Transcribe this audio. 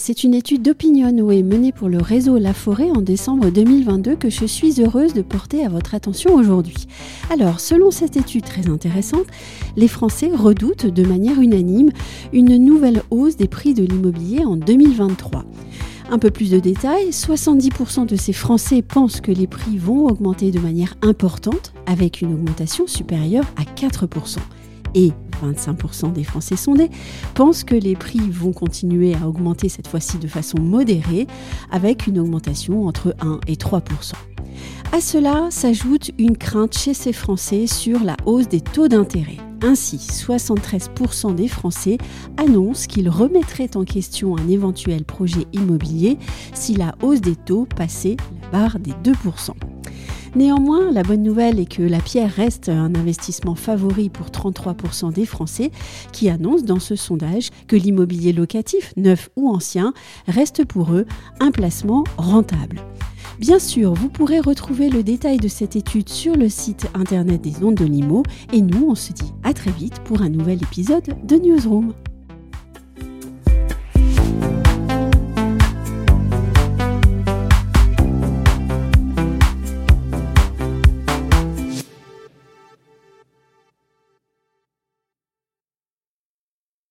c'est une étude d'OpinionWay menée pour le réseau La Forêt en décembre 2022 que je suis heureuse de porter à votre attention aujourd'hui. Alors, selon cette étude très intéressante, les Français redoutent de manière unanime une nouvelle hausse des prix de l'immobilier en 2023. Un peu plus de détails, 70% de ces Français pensent que les prix vont augmenter de manière importante, avec une augmentation supérieure à 4%. Et 25% des Français sondés pensent que les prix vont continuer à augmenter cette fois-ci de façon modérée, avec une augmentation entre 1 et 3%. À cela s'ajoute une crainte chez ces Français sur la hausse des taux d'intérêt. Ainsi, 73% des Français annoncent qu'ils remettraient en question un éventuel projet immobilier si la hausse des taux passait la barre des 2%. Néanmoins, la bonne nouvelle est que la pierre reste un investissement favori pour 33% des Français qui annoncent dans ce sondage que l'immobilier locatif, neuf ou ancien, reste pour eux un placement rentable. Bien sûr, vous pourrez retrouver le détail de cette étude sur le site internet des Ondes de l'Immo et nous, on se dit à très vite pour un nouvel épisode de Newsroom.